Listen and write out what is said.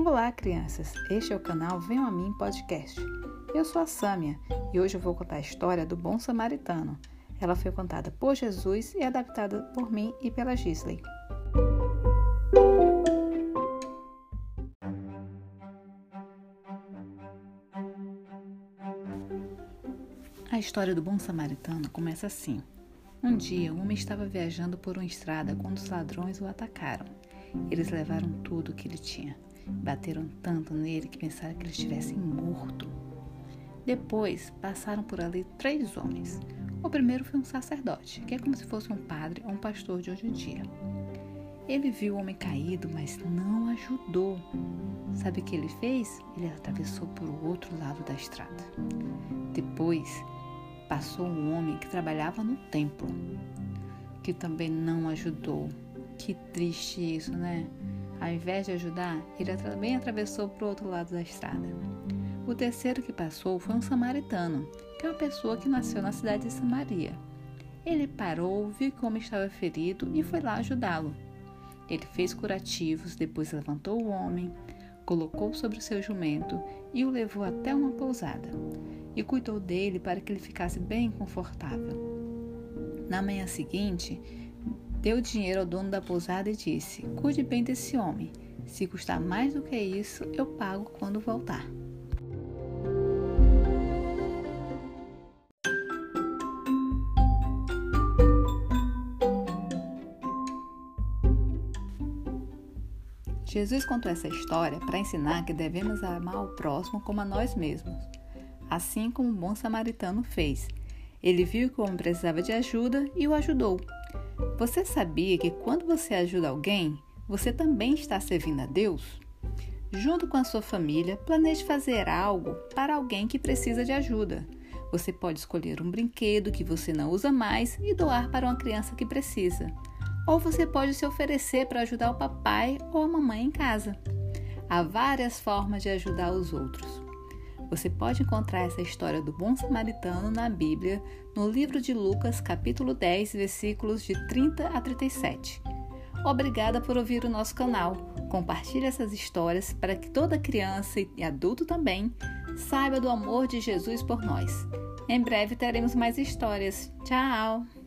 Olá, crianças! Este é o canal Venham a Mim Podcast. Eu sou a Sâmia e hoje eu vou contar a história do Bom Samaritano. Ela foi contada por Jesus e adaptada por mim e pela Gisley. A história do Bom Samaritano começa assim. Um dia, um homem estava viajando por uma estrada quando os ladrões o atacaram. Eles levaram tudo o que ele tinha. Bateram tanto nele que pensaram que ele estivesse morto. Depois, passaram por ali 3 homens. O primeiro foi um sacerdote, que é como se fosse um padre ou um pastor de hoje em dia. Ele viu o homem caído, mas não ajudou. Sabe o que ele fez? Ele atravessou para o outro lado da estrada. Depois, passou um homem que trabalhava no templo, que também não ajudou. Que triste isso, né? Ao invés de ajudar, ele também atravessou para o outro lado da estrada. O terceiro que passou foi um samaritano, que é uma pessoa que nasceu na cidade de Samaria. Ele parou, viu que o homem estava ferido e foi lá ajudá-lo. Ele fez curativos, depois levantou o homem, colocou sobre o seu jumento e o levou até uma pousada. E cuidou dele para que ele ficasse bem confortável. Na manhã seguinte, deu dinheiro ao dono da pousada e disse: "Cuide bem desse homem. Se custar mais do que isso, eu pago quando voltar." Jesus contou essa história para ensinar que devemos amar o próximo como a nós mesmos, assim como o bom samaritano fez. Ele viu que o homem precisava de ajuda e o ajudou. Você sabia que quando você ajuda alguém, você também está servindo a Deus? Junto com a sua família, planeje fazer algo para alguém que precisa de ajuda. Você pode escolher um brinquedo que você não usa mais e doar para uma criança que precisa. Ou você pode se oferecer para ajudar o papai ou a mamãe em casa. Há várias formas de ajudar os outros. Você pode encontrar essa história do bom samaritano na Bíblia, no livro de Lucas, capítulo 10, versículos de 30 a 37. Obrigada por ouvir o nosso canal. Compartilhe essas histórias para que toda criança e adulto também saiba do amor de Jesus por nós. Em breve teremos mais histórias. Tchau!